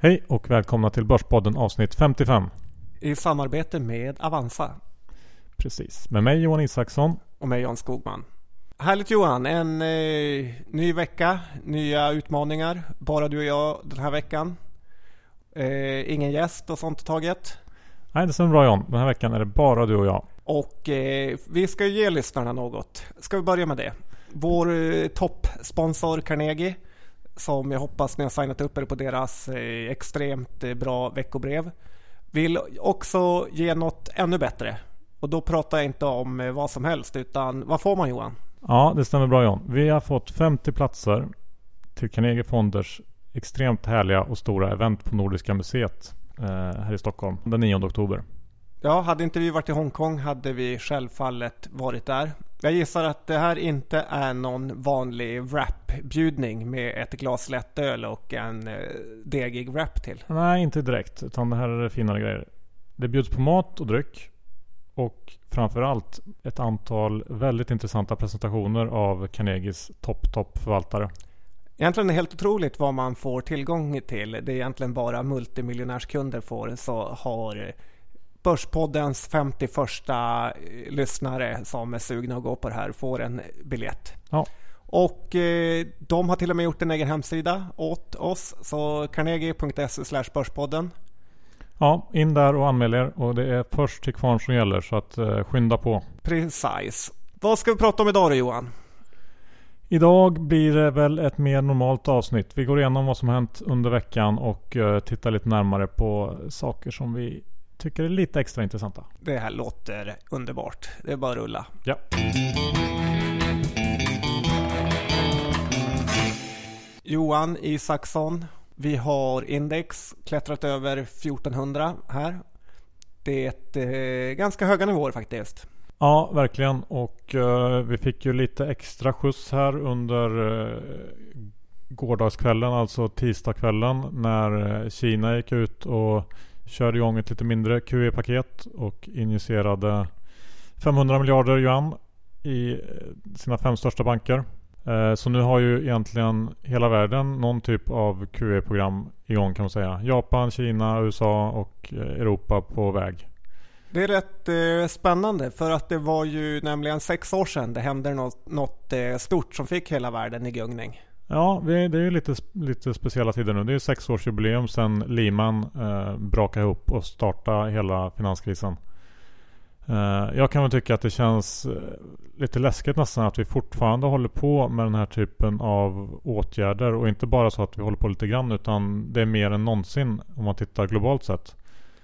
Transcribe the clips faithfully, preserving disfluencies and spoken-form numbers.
Hej och välkomna till Börspodden avsnitt femtiofem. I samarbete med Avanza. Precis, med mig Johan Isaksson. Och med Jan Skogman. Härligt Johan, en eh, ny vecka, nya utmaningar. Bara du och jag den här veckan. Eh, ingen gäst och sånt taget. Nej, det stämmer bra Jan. Den här veckan är det bara du och jag. Och eh, vi ska ge lyssnarna något. Ska vi börja med det? Vår eh, toppsponsor Carnegie, som jag hoppas ni har signat upp er på deras eh, extremt eh, bra veckobrev, vill också ge något ännu bättre. Och då pratar jag inte om eh, vad som helst, utan vad får man Johan? Ja, det stämmer bra Jan. Vi har fått femtio platser till Carnegie Fonders extremt härliga och stora event på Nordiska museet eh, här i Stockholm den nionde oktober. Ja, hade inte vi varit i Hongkong hade vi självfallet varit där. Jag gissar att det här inte är någon vanlig wrap-bjudning med ett glas lättöl och en eh, degig wrap till. Nej, inte direkt, utan det här är finare grejer. Det bjuds på mat och dryck och framförallt ett antal väldigt intressanta presentationer av Carnegies topp-topp-förvaltare. Egentligen är det helt otroligt vad man får tillgång till. Det är egentligen bara multimiljonärskunder får, så har Börspoddens femtioförsta lyssnare som är sugna att gå på det här får en biljett. Ja. Och eh, de har till och med gjort en egen hemsida åt oss, så carnegie punkt se slash börspodden. Ja, in där och anmäl er, och det är först till kvarn som gäller, så att eh, skynda på. Precis. Vad ska vi prata om idag då Johan? Idag blir det väl ett mer normalt avsnitt. Vi går igenom vad som hänt under veckan och uh, tittar lite närmare på saker som vi tycker är lite extra intressanta. Det här låter underbart. Det är bara att rulla. Ja. Johan Isaksson, vi har index klättrat över fjortonhundra här. Det är ett, eh, ganska höga nivåer faktiskt. Ja, verkligen. Och uh, vi fick ju lite extra skjuts här under uh, gårdagskvällen, alltså tisdagskvällen, när uh, Kina gick ut och körde igång ett lite mindre Q E-paket och injicerade femhundra miljarder yuan i sina fem största banker. Uh, så nu har ju egentligen hela världen någon typ av Q E-program igång, kan man säga. Japan, Kina, U S A och uh, Europa på väg. Det är rätt eh, spännande, för att det var ju nämligen sex år sedan det hände något, något eh, stort som fick hela världen i gungning. Ja, det är ju lite, lite speciella tider nu. Det är sexårsjubileum sedan Lehman eh, brakade ihop och startade hela finanskrisen. Eh, jag kan väl tycka att det känns eh, lite läskigt nästan att vi fortfarande håller på med den här typen av åtgärder, och inte bara så att vi håller på lite grann, utan det är mer än någonsin om man tittar globalt sett.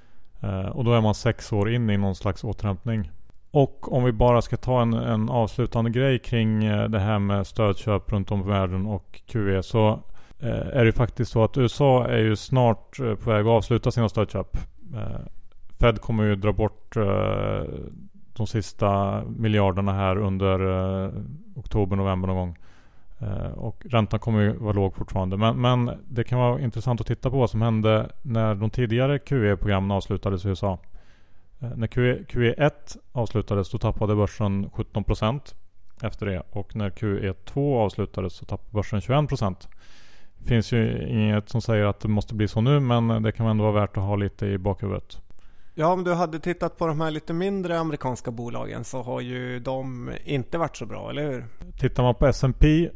Uh, och då är man sex år in i någon slags återhämtning. Och om vi bara ska ta en, en avslutande grej kring uh, det här med stödköp runt om i världen och Q E, så uh, är det faktiskt så att U S A är ju snart uh, på väg att avsluta sina stödköp. Uh, Fed kommer ju dra bort uh, de sista miljarderna här under uh, oktober, november någon gång. Uh, och räntan kommer ju vara låg fortfarande, men, men det kan vara intressant att titta på vad som hände när de tidigare Q E-programmen avslutades i U S A. Uh, när Q E, Q E ett avslutades, då tappade börsen sjutton procent efter det, och när Q E två avslutades så tappade börsen tjugoen procent. Det finns ju inget som säger att det måste bli så nu, men det kan ändå vara värt att ha lite i bakhuvudet. Ja, om du hade tittat på de här lite mindre amerikanska bolagen så har ju de inte varit så bra, eller hur? Tittar man på S and P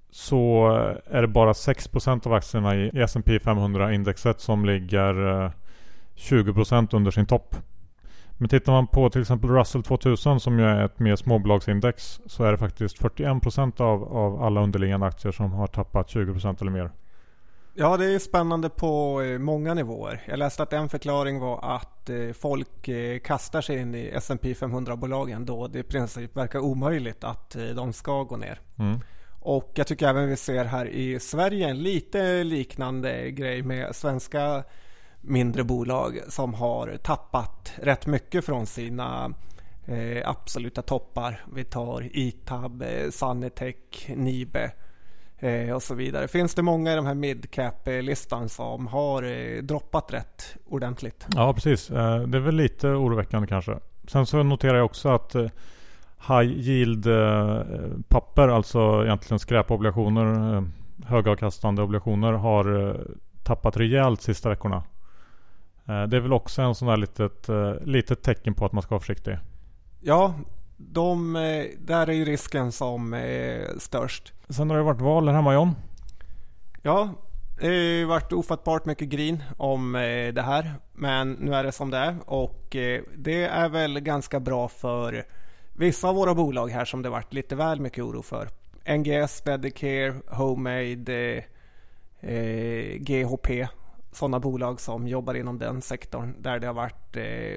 så är det bara sex procent av aktierna i S and P femhundra-indexet som ligger tjugo procent under sin topp. Men tittar man på till exempel Russell tvåtusen, som ju är ett mer småbolagsindex, så är det faktiskt fyrtioen procent av, av alla underliggande aktier som har tappat tjugo procent eller mer. Ja, det är spännande på många nivåer. Jag läste att en förklaring var att folk kastar sig in i S and P femhundra-bolagen då det i princip verkar omöjligt att de ska gå ner. Mm. Och jag tycker även vi ser här i Sverige en lite liknande grej med svenska mindre bolag som har tappat rätt mycket från sina eh, absoluta toppar. Vi tar Itab, eh, Sanitec, Nibe eh, och så vidare. Finns det många i de här midcap-listan som har eh, droppat rätt ordentligt? Ja, precis. Eh, det är väl lite oroväckande kanske. Sen så noterar jag också att eh, high yield eh, papper, alltså egentligen skräpobligationer, eh, högavkastande obligationer, har eh, tappat rejält sista veckorna. Det är väl också en sån där litet, litet tecken på att man ska vara försiktig. Ja, de, där är ju risken som är störst. Sen har det varit val här hemma, John. Ja, det har ju varit ofattbart mycket grin om det här. Men nu är det som det är. Och det är väl ganska bra för vissa av våra bolag här som det varit lite väl mycket oro för. N G S, Dedicare, Homemade, eh, G H P. Sådana bolag som jobbar inom den sektorn där det har varit eh,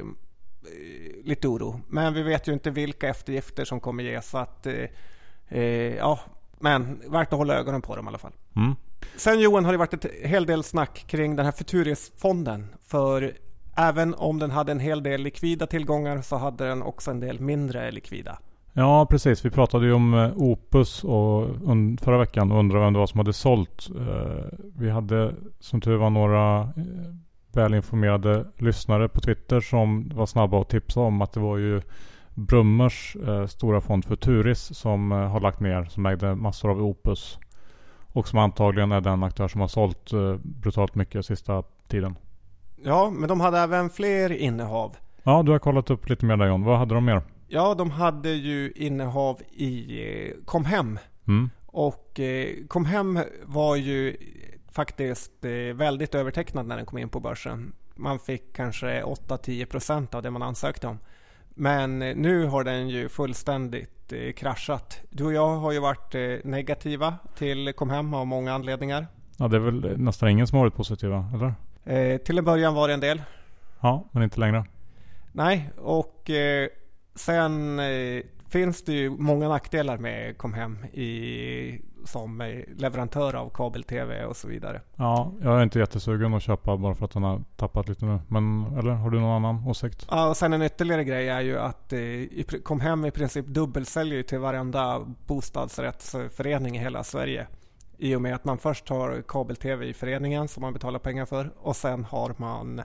lite oro. Men vi vet ju inte vilka eftergifter som kommer ges. Så att, eh, ja, men värt att hålla ögonen på dem i alla fall. Mm. Sen Johan har det varit ett hel del snack kring den här Futuris-fonden. För även om den hade en hel del likvida tillgångar så hade den också en del mindre likvida. Ja, precis. Vi pratade ju om Opus och förra veckan och undrade vem det var som hade sålt. Vi hade som tur var några välinformerade lyssnare på Twitter som var snabba att tipsa om att det var ju Brummers stora fond Futuris som har lagt ner, som ägde massor av Opus och som antagligen är den aktör som har sålt brutalt mycket sista tiden. Ja, men de hade även fler innehav. Ja, du har kollat upp lite mer där, John. Vad hade de mer? Ja, de hade ju innehav i Comhem. Mm. Och eh, Comhem var ju faktiskt eh, väldigt övertecknad när den kom in på börsen. Man fick kanske åtta till tio procent av det man ansökte om. Men eh, nu har den ju fullständigt eh, kraschat. Du och jag har ju varit eh, negativa till Comhem av många anledningar. Ja, det är väl nästan ingen som har varit positiva, eller? Eh, till en början var det en del. Ja, men inte längre. Nej, och eh, sen eh, finns det ju många nackdelar med Comhem i, som eh, leverantör av kabel-tv och så vidare. Ja, jag är inte jättesugen att köpa bara för att den har tappat lite nu. Men, eller har du någon annan åsikt? Ja, och sen en ytterligare grej är ju att eh, Comhem i princip dubbelsäljer till varenda bostadsrättsförening i hela Sverige. I och med att man först har kabel-tv i föreningen som man betalar pengar för och sen har man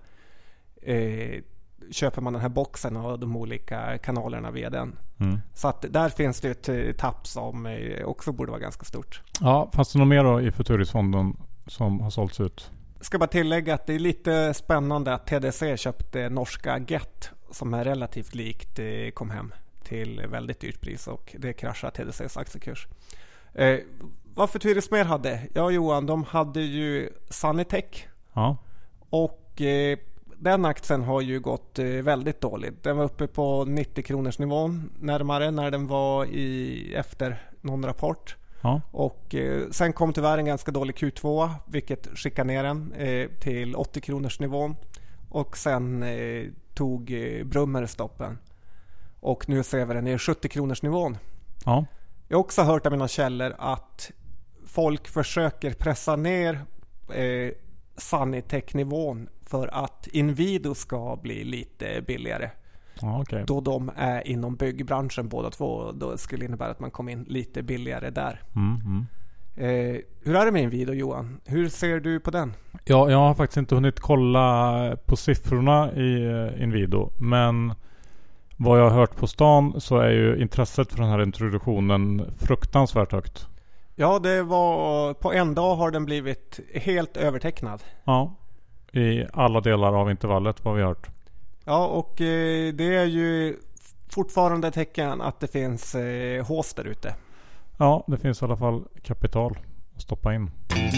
eh, köper man den här boxen och de olika kanalerna via den. Mm. Så att där finns det ett tapp som också borde vara ganska stort. Ja, fanns det något mer då i Futurisfonden som har sålts ut? Jag ska bara tillägga att det är lite spännande att T D C köpte norska Get som är relativt likt Comhem till väldigt dyrt pris och det kraschar T D C:s aktiekurs. Eh, vad Futuris mer hade? Ja Johan, de hade ju Sanitech. Ja. Och eh, den aktien har ju gått eh, väldigt dåligt. Den var uppe på nittio kronors nivån närmare när den var i efter någon rapport. Ja. Och eh, sen kom tyvärr en ganska dålig Q två vilket skickade ner den eh, till åttio kronors nivån. Och sen eh, tog eh, Brummer stoppen. Och nu ser vi den i sjuttio kronors nivån. Ja. Jag har också hört av mina källor att folk försöker pressa ner eh, Sanitech-nivån för att Inwido ska bli lite billigare. Ja, okay. Då de är inom byggbranschen båda två. Då skulle det innebära att man kom in lite billigare där. Mm, mm. Eh, hur är det med Inwido, Johan? Hur ser du på den? Ja, jag har faktiskt inte hunnit kolla på siffrorna i uh, Inwido. Men vad jag har hört på stan så är ju intresset för den här introduktionen fruktansvärt högt. Ja, det var på en dag har den blivit helt övertecknad. Ja, i alla delar av intervallet vad vi har hört. Ja, och eh, det är ju fortfarande tecken att det finns eh, hås där ute. Ja, det finns i alla fall kapital att stoppa in.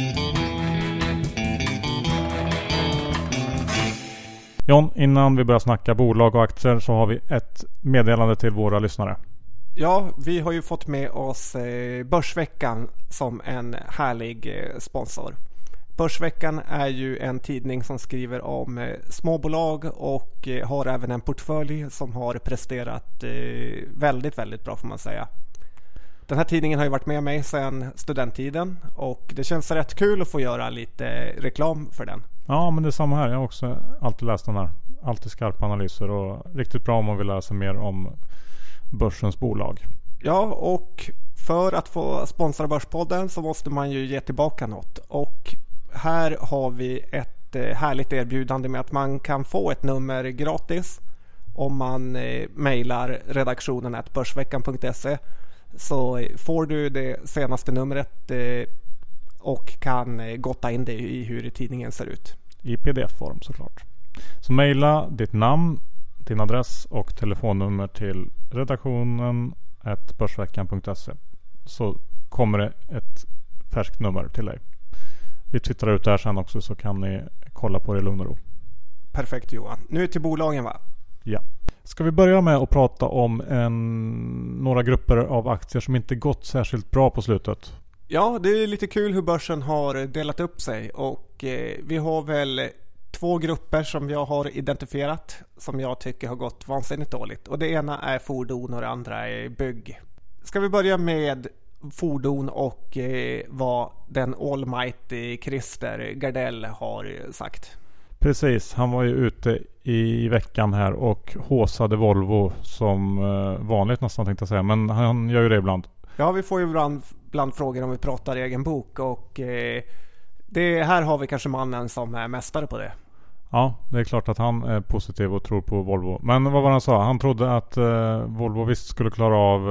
John, innan vi börjar snacka bolag och aktier så har vi ett meddelande till våra lyssnare. Ja, vi har ju fått med oss eh, Börsveckan som en härlig eh, sponsor. Börsveckan är ju en tidning som skriver om eh, småbolag och eh, har även en portfölj som har presterat eh, väldigt, väldigt bra får man säga. Den här tidningen har ju varit med mig sedan studenttiden och det känns rätt kul att få göra lite reklam för den. Ja, men det är samma här. Jag har också alltid läst den här. Alltid skarpa analyser och riktigt bra om man vill lära sig mer om börsens bolag. Ja, och för att få sponsra Börspodden så måste man ju ge tillbaka något. Och här har vi ett härligt erbjudande med att man kan få ett nummer gratis om man eh, mejlar redaktionen at börsveckan punkt se. Så får du det senaste numret eh, och kan gotta in det i hur tidningen ser ut. I pdf-form såklart. Så mejla ditt namn, din adress och telefonnummer till redaktionen at börsveckan punkt se, så kommer det ett färskt nummer till dig. Vi twittrar ut det här sen också, så kan ni kolla på det i lugn och ro. Perfekt Johan. Nu till bolagen, va? Ja. Ska vi börja med att prata om en, några grupper av aktier som inte gått särskilt bra på slutet? Ja, det är lite kul hur börsen har delat upp sig, och eh, vi har väl två grupper som jag har identifierat som jag tycker har gått vansinnigt dåligt. Och det ena är fordon och det andra är bygg. Ska vi börja med fordon och eh, vad den almighty Christer Gardell har sagt? Precis, han var ju ute i veckan här och håsade Volvo som eh, vanligt nästan, tänkte jag säga. Men han gör ju det ibland. Ja, vi får ju ibland, ibland frågor om vi pratar egen bok, och eh, det här har vi kanske mannen som är mästare på det. Ja, det är klart att han är positiv och tror på Volvo. Men vad var det han sa? Han trodde att eh, Volvo visst skulle klara av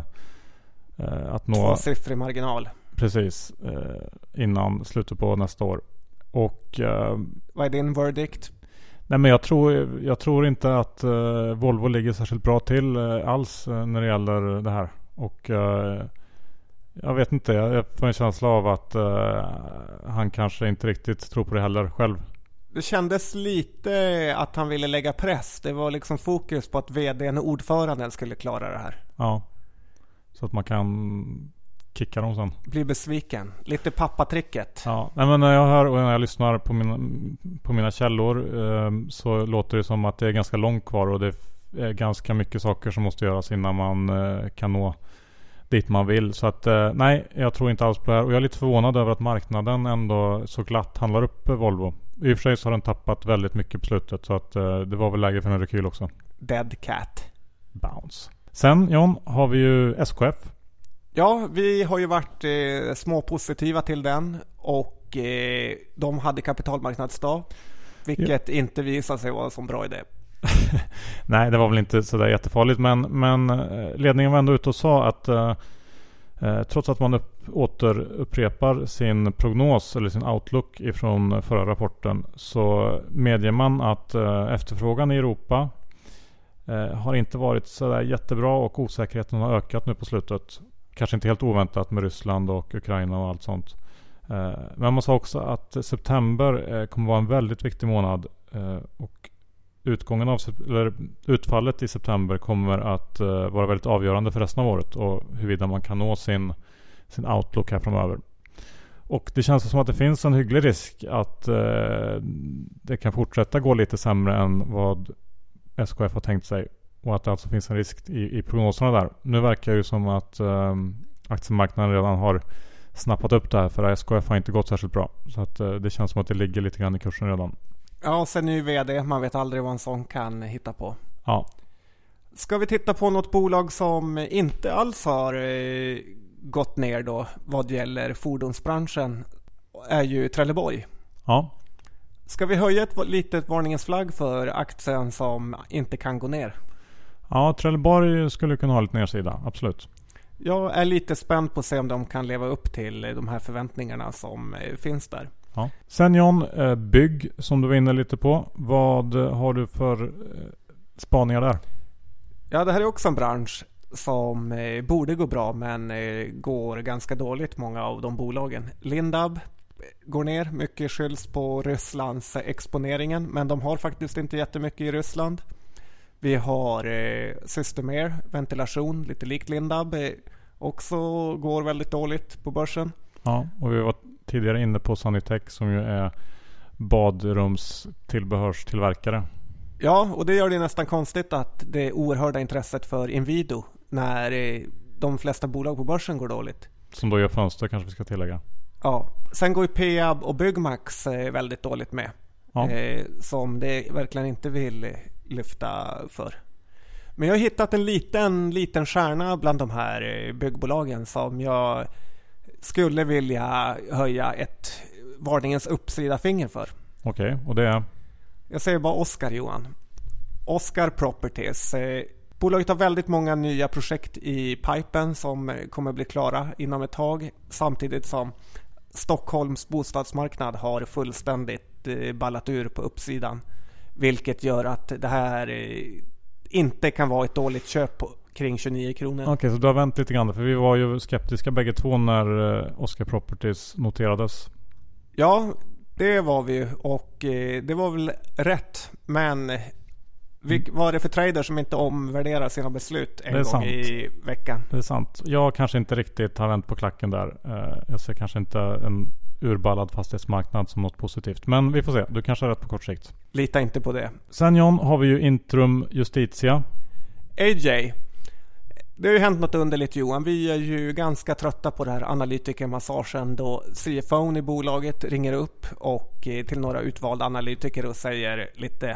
eh, att nå... Tvåsiffrig marginal. Precis, eh, innan slutet på nästa år. Och... Eh, vad är din verdict? Nej, men jag tror, jag tror inte att eh, Volvo ligger särskilt bra till eh, alls eh, när det gäller det här. Och eh, jag vet inte, jag får en känsla av att eh, han kanske inte riktigt tror på det heller själv. Det kändes lite att han ville lägga press. Det var liksom fokus på att vdn och ordföranden skulle klara det här. Ja, så att man kan kicka dem sen. Bli besviken. Lite pappatricket. Ja, nej, men när jag hör och när jag lyssnar på mina, på mina källor eh, så låter det som att det är ganska långt kvar och det är ganska mycket saker som måste göras innan man eh, kan nå dit man vill. Så att eh, nej, jag tror inte alls på det här. Och jag är lite förvånad över att marknaden ändå så glatt handlar upp Volvo. I och för sig så har den tappat väldigt mycket på slutet, så att eh, det var väl läge för en rekyl också. Dead cat. Bounce. Sen John har vi ju S K F. Ja, vi har ju varit eh, småpositiva till den, och eh, de hade kapitalmarknadsdag, vilket ja. inte visade sig vara en sån bra idé. Nej, det var väl inte så där jättefarligt, men, men ledningen var ändå ute och sa att eh, trots att man upp, återupprepar sin prognos eller sin outlook ifrån förra rapporten, så medger man att eh, efterfrågan i Europa eh, har inte varit så där jättebra och osäkerheten har ökat nu på slutet. Kanske inte helt oväntat med Ryssland och Ukraina och allt sånt. Eh, men man sa också att september eh, kommer vara en väldigt viktig månad eh, och utgången av, eller utfallet i september kommer att uh, vara väldigt avgörande för resten av året och huruvida man kan nå sin, sin outlook här framöver. Och det känns som att det finns en hygglig risk att uh, det kan fortsätta gå lite sämre än vad S K F har tänkt sig, och att det alltså finns en risk i, i prognoserna där. Nu verkar det ju som att uh, aktiemarknaden redan har snappat upp det här, för S K F har inte gått särskilt bra. Så att uh, det känns som att det ligger lite grann i kursen redan. Ja, och sen är ju vd, man vet aldrig vad en sån kan hitta på. Ja. Ska vi titta på något bolag som inte alls har eh, gått ner då vad gäller fordonsbranschen, är ju Trelleborg. Ja. Ska vi höja ett litet varningens flagg för aktien som inte kan gå ner? Ja, Trelleborg skulle kunna ha lite nedsida, absolut. Jag är lite spänd på att se om de kan leva upp till de här förväntningarna som eh, finns där. Ja. Sen John, bygg som du var inne lite på. Vad har du för spaningar där? Ja, det här är också en bransch som eh, borde gå bra, men eh, går ganska dåligt, många av de bolagen. Lindab går ner, mycket skylls på Rysslands exponeringen, men de har faktiskt inte jättemycket i Ryssland. Vi har eh, Systemair, ventilation, lite likt Lindab, eh, också går väldigt dåligt på börsen. Ja, och vi var tidigare inne på Sanitec som ju är badrumstillbehörstillverkare. Ja, och det gör det nästan konstigt att det oerhörda intresset för Inwido när eh, de flesta bolag på börsen går dåligt. Som då gör fönster, kanske vi ska tillägga. Ja, sen går ju Peab och Byggmax eh, väldigt dåligt med. Ja. Eh, som det verkligen inte vill lyfta för. Men jag har hittat en liten, liten stjärna bland de här byggbolagen som jag skulle vilja höja ett varningens uppsida finger för. Okej, okay, och det är? Jag säger bara Oscar, Johan. Oscar Properties. Bolaget har väldigt många nya projekt i pipen som kommer bli klara inom ett tag. Samtidigt som Stockholms bostadsmarknad har fullständigt eh, ballat ur på uppsidan. Vilket gör att det här eh, inte kan vara ett dåligt köp på, kring tjugonio kronor. Okej, okay, så du har vänt lite grann, för vi var ju skeptiska bägge två när eh, Oscar Properties noterades. Ja, det var vi, och eh, det var väl rätt, men vi, vad är det för trader som inte omvärderar sina beslut en gång sant. i veckan? Det är sant. Jag kanske inte riktigt har vänt på klacken där. Eh, jag ser kanske inte en urballad fastighetsmarknad som något positivt. Men vi får se. Du kanske har rätt på kort sikt. Lita inte på det. Sen John har vi ju Intrum Justitia. A J. Det har ju hänt något underligt, Johan. Vi är ju ganska trötta på det här analytikermassagen då C F O i bolaget ringer upp och till några utvalda analytiker och säger lite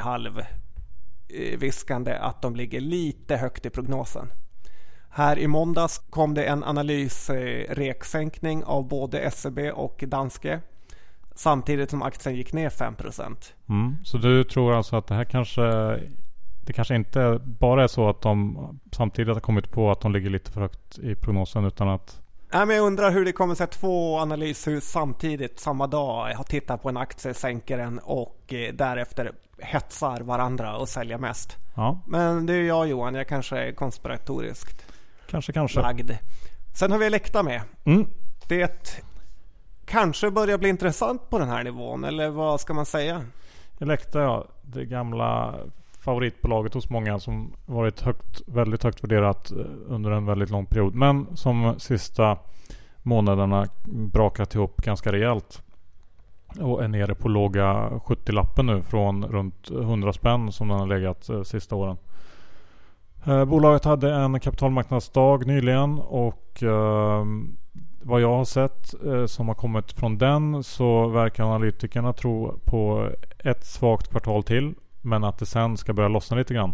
halvviskande att de ligger lite högt i prognosen. Här i måndags kom det en analysreksänkning av både S E B och Danske, samtidigt som aktien gick ner fem procent. Mm, så du tror alltså att det här kanske, det kanske inte bara är så att de samtidigt har kommit på att de ligger lite för högt i prognosen, utan att... Nej, men jag undrar hur det kommer sig att två analyshus samtidigt samma dag har tittat på en aktie, sänker den och därefter hetsar varandra och säljer mest. Ja. Men det är jag, Johan. Jag kanske är konspiratoriskt Kanske, kanske. lagd. Sen har vi Elekta med. Mm. Det kanske börjar bli intressant på den här nivån, eller vad ska man säga? Elekta, ja. Det gamla favoritbolaget hos många som varit högt, väldigt högt värderat under en väldigt lång period, men som sista månaderna brakat ihop ganska rejält och är nere på låga sjuttio-lappen nu från runt hundra spänn som den har legat eh, sista åren. Eh, bolaget hade en kapitalmarknadsdag nyligen och eh, vad jag har sett eh, som har kommit från den, så verkar analytikerna tro på ett svagt kvartal till, men att det sen ska börja lossna lite grann.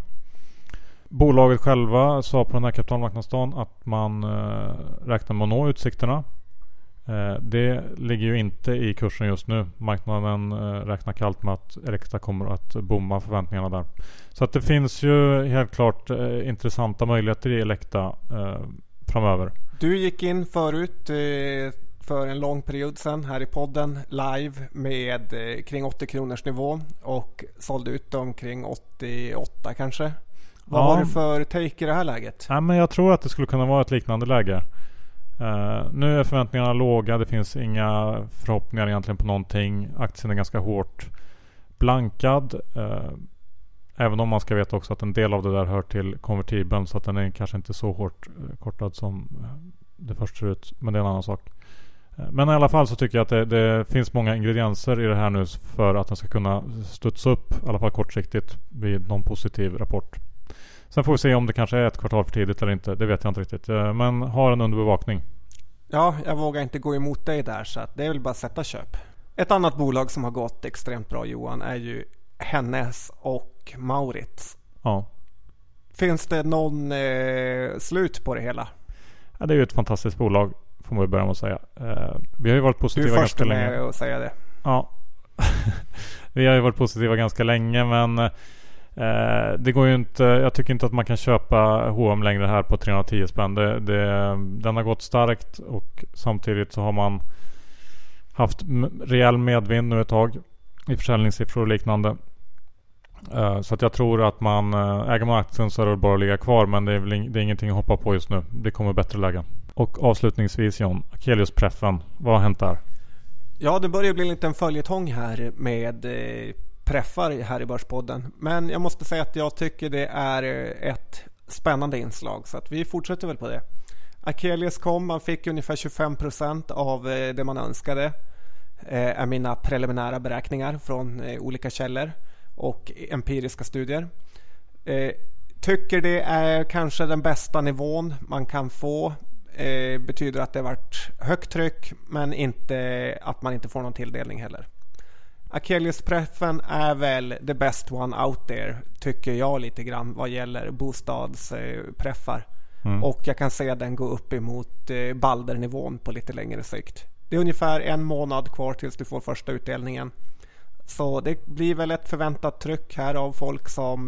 Bolaget själva sa på den här kapitalmarknadsdagen att man eh, räknar med att nå utsikterna. Eh, det ligger ju inte i kursen just nu. Marknaden eh, räknar kallt med att Elekta kommer att bomma förväntningarna där. Så att det finns ju helt klart eh, intressanta möjligheter i Elekta eh, framöver. Du gick in förut eh, för en lång period sedan här i podden live med eh, kring åttio kronors nivå och sålde ut dem kring åttioåtta kanske. Vad ja. har du för take i det här läget? Ja, men jag tror att det skulle kunna vara ett liknande läge. Uh, nu är förväntningarna låga. Det finns inga förhoppningar egentligen på någonting. Aktien är ganska hårt blankad. Uh, även om man ska veta också att en del av det där hör till konvertibeln, så att den är kanske inte så hårt uh, kortad som uh, det först ser ut. Men det är en annan sak. Uh, men i alla fall så tycker jag att det, det finns många ingredienser i det här nu för att den ska kunna studsa upp, i alla fall kortsiktigt, vid någon positiv rapport. Sen får vi se om det kanske är ett kvartal för tidigt eller inte. Det vet jag inte riktigt. Men har en under bevakning. Ja, jag vågar inte gå emot dig där, så att det är väl bara att sätta köp. Ett annat bolag som har gått extremt bra, Johan, är ju Hennes och Maurits. Ja. Finns det någon eh, slut på det hela? Ja, det är ju ett fantastiskt bolag, får man börja med att säga. Eh, vi har ju varit positiva ganska länge. Du är först med att säga det. Ja. Vi har ju varit positiva ganska länge, men... Eh, det går ju inte, jag tycker inte att man kan köpa H och M längre här på trehundratio spänn. Det, det, den har gått starkt och samtidigt så har man haft m- rejäl medvind nu ett tag i försäljningssiffror och liknande. Eh, så att jag tror att man äger man aktien så är det bara att ligga kvar, men det är, väl ing- det är ingenting att hoppa på just nu. Det kommer bättre lägen. Och avslutningsvis John, Akelius-preffen, vad har hänt där? Ja, det börjar bli en liten följetong här med eh... preffar här i Börspodden. Men jag måste säga att jag tycker det är ett spännande inslag, så att vi fortsätter väl på det. Akelius kom, man fick ungefär tjugofem procent av det man önskade, är mina preliminära beräkningar från olika källor och empiriska studier. Tycker det är kanske den bästa nivån man kan få. Betyder att det har varit högt tryck, men inte att man inte får någon tilldelning heller. Akelius-preffen är väl the best one out there, tycker jag lite grann, vad gäller bostadspreffar. Mm. Och jag kan se den gå upp emot eh, Balder-nivån på lite längre sikt. Det är ungefär en månad kvar tills du får första utdelningen. Så det blir väl ett förväntat tryck här av folk som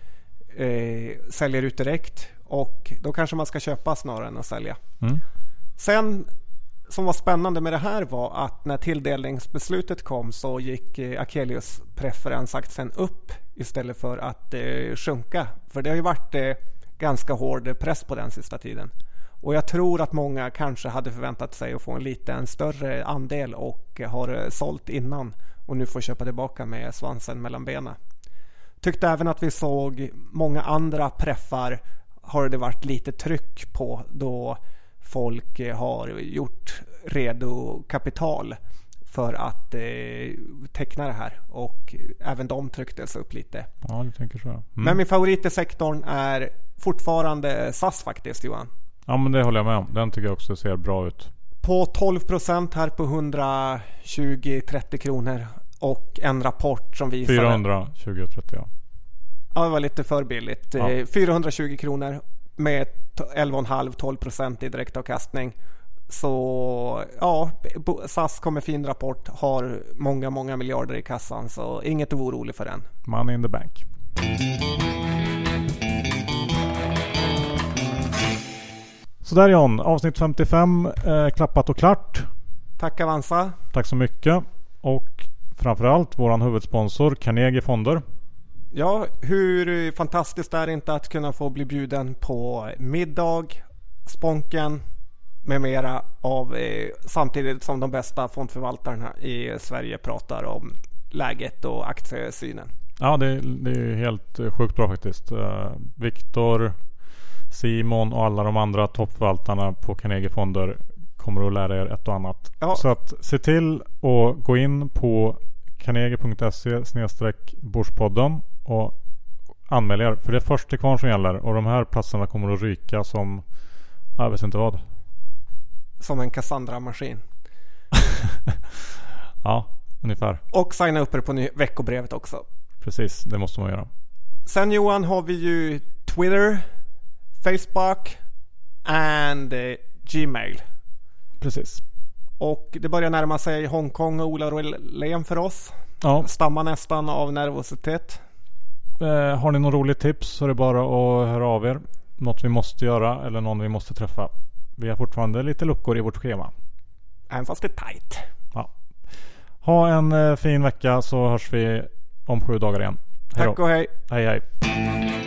eh, säljer ut direkt. Och då kanske man ska köpa snarare än att sälja. Mm. Sen som var spännande med det här var att när tilldelningsbeslutet kom så gick Akelius preferensaktien upp istället för att eh, sjunka. För det har ju varit eh, ganska hård press på den sista tiden. Och jag tror att många kanske hade förväntat sig att få en lite större andel och har sålt innan och nu får köpa tillbaka med svansen mellan benen. Tyckte även att vi såg många andra preffar har det varit lite tryck på då folk har gjort redo kapital för att eh, teckna det här och även de trycktes upp lite. Ja, du tänker så. Mm. Men min favorit i sektorn är fortfarande S A S faktiskt, Johan. Ja, men det håller jag med om. Den tycker jag också ser bra ut. På tolv procent här på hundratjugo till trettio kronor och en rapport som visar fyrahundratjugo till trettio, ja. Ja, det var lite för billigt. Ja. fyrahundratjugo kronor med elva komma fem till tolv procent i direktavkastning. Så ja, S A S kommer fin rapport, har många, många miljarder i kassan, så inget orolig för den. Money in the bank. Så där John, avsnitt femtiofem eh, klappat och klart. Tack Avanza. Tack så mycket. Och framförallt våran huvudsponsor Carnegie Fonder. Ja, hur fantastiskt är det inte att kunna få bli bjuden på middag, sponken med mera av eh, samtidigt som de bästa fondförvaltarna i Sverige pratar om läget och aktiesynen. Ja, det, det är helt sjukt bra faktiskt. Uh, Viktor, Simon och alla de andra toppförvaltarna på Carnegie Fonder kommer att lära er ett och annat. Ja. Så att se till att gå in på carnegie punkt se slash börspodden och anmäl er. För det är första kvarn som gäller och de här platserna kommer att ryka som jag vet inte vad. Som en Cassandra-maskin. Ja, ungefär. Och signa upp er på ny- veckobrevet också. Precis, det måste man göra. Sen Johan har vi ju Twitter, Facebook and eh, Gmail. Precis. Och det börjar närma sig Hongkong och Ola Rolén för oss. Ja. Stammar nästan av nervositet. Eh, har ni någon roligt tips så är det bara att höra av er. Något vi måste göra eller någon vi måste träffa. Vi har fortfarande lite luckor i vårt schema. Även fast det är tajt. Ja. Ha en eh, fin vecka så hörs vi om sju dagar igen. Hej då. Tack och hej. Hej hej.